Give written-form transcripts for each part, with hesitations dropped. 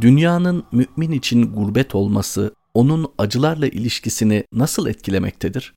Dünyanın mümin için gurbet olması, onun acılarla ilişkisini nasıl etkilemektedir?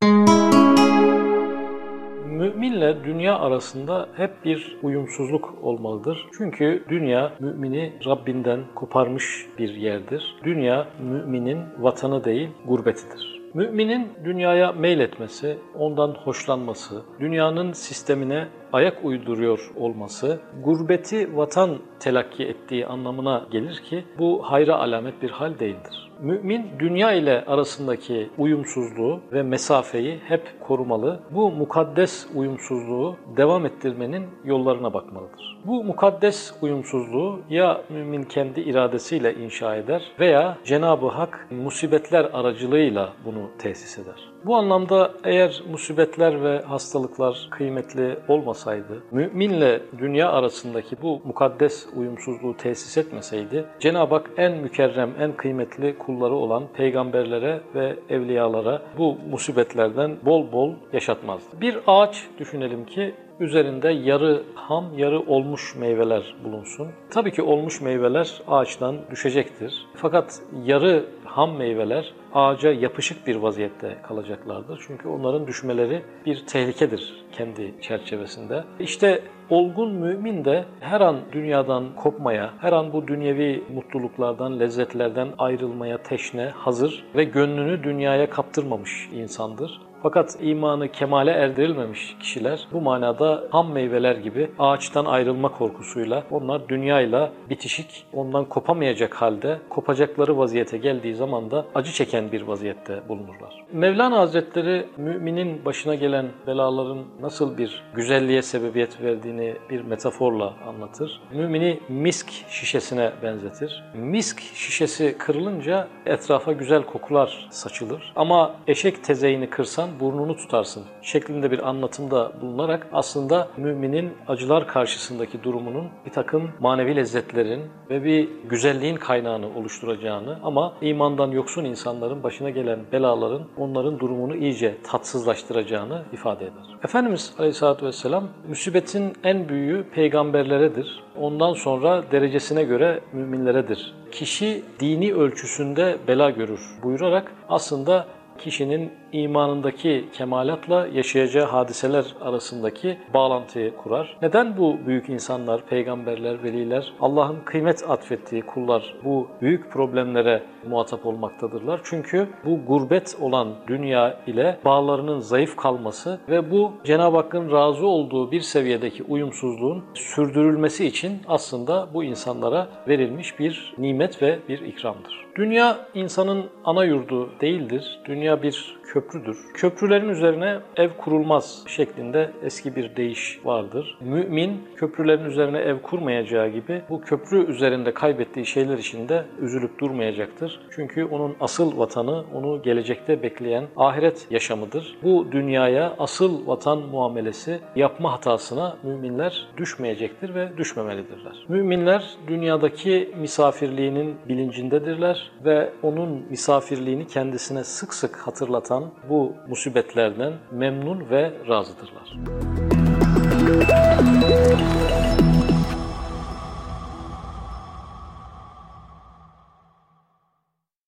Müminle dünya arasında hep bir uyumsuzluk olmalıdır. Çünkü dünya mümini Rabbinden koparmış bir yerdir. Dünya müminin vatanı değil, gurbetidir. Müminin dünyaya meyletmesi, ondan hoşlanması, dünyanın sistemine ayak uyduruyor olması, gurbeti vatan telakki ettiği anlamına gelir ki bu hayra alamet bir hal değildir. Mümin, dünya ile arasındaki uyumsuzluğu ve mesafeyi hep korumalı. Bu mukaddes uyumsuzluğu devam ettirmenin yollarına bakmalıdır. Bu mukaddes uyumsuzluğu ya mümin kendi iradesiyle inşa eder veya Cenab-ı Hak musibetler aracılığıyla bunu tesis eder. Bu anlamda eğer musibetler ve hastalıklar kıymetli olmasaydı, müminle dünya arasındaki bu mukaddes uyumsuzluğu tesis etmeseydi, Cenab-ı Hak en mükerrem, en kıymetli kulları olan peygamberlere ve evliyalara bu musibetlerden bol bol yaşatmazdı. Bir ağaç düşünelim ki üzerinde yarı ham, yarı olmuş meyveler bulunsun. Tabii ki olmuş meyveler ağaçtan düşecektir. Fakat yarı ham meyveler ağaca yapışık bir vaziyette kalacaklardır. Çünkü onların düşmeleri bir tehlikedir kendi çerçevesinde. İşte olgun mümin de her an dünyadan kopmaya, her an bu dünyevi mutluluklardan, lezzetlerden ayrılmaya teşne, hazır ve gönlünü dünyaya kaptırmamış insandır. Fakat imanı kemale erdirilmemiş kişiler bu manada ham meyveler gibi ağaçtan ayrılma korkusuyla onlar dünyayla bitişik, ondan kopamayacak halde kopacakları vaziyete geldiği zaman da acı çeken bir vaziyette bulunurlar. Mevlana Hazretleri müminin başına gelen belaların nasıl bir güzelliğe sebebiyet verdiğini bir metaforla anlatır. Mümini misk şişesine benzetir. Misk şişesi kırılınca etrafa güzel kokular saçılır. Ama eşek tezeğini kırsan burnunu tutarsın şeklinde bir anlatımda bulunarak aslında müminin acılar karşısındaki durumunun bir takım manevi lezzetlerin ve bir güzelliğin kaynağını oluşturacağını ama imandan yoksun insanların başına gelen belaların onların durumunu iyice tatsızlaştıracağını ifade eder. Efendimiz Aleyhisselatü Vesselam musibetin en büyüğü peygamberleredir. Ondan sonra derecesine göre müminleredir. Kişi dini ölçüsünde bela görür buyurarak aslında kişinin imanındaki kemalatla yaşayacağı hadiseler arasındaki bağlantıyı kurar. Neden bu büyük insanlar, peygamberler, veliler, Allah'ın kıymet atfettiği kullar bu büyük problemlere muhatap olmaktadırlar? Çünkü bu gurbet olan dünya ile bağlarının zayıf kalması ve bu Cenab-ı Hakk'ın razı olduğu bir seviyedeki uyumsuzluğun sürdürülmesi için aslında bu insanlara verilmiş bir nimet ve bir ikramdır. Dünya insanın ana yurdu değildir. Dünya bir köprüdür. Köprülerin üzerine ev kurulmaz şeklinde eski bir deyiş vardır. Mümin köprülerin üzerine ev kurmayacağı gibi bu köprü üzerinde kaybettiği şeyler için de üzülüp durmayacaktır. Çünkü onun asıl vatanı onu gelecekte bekleyen ahiret yaşamıdır. Bu dünyaya asıl vatan muamelesi yapma hatasına müminler düşmeyecektir ve düşmemelidirler. Müminler dünyadaki misafirliğinin bilincindedirler ve onun misafirliğini kendisine sık sık hatırlatan bu musibetlerden memnun ve razıdırlar.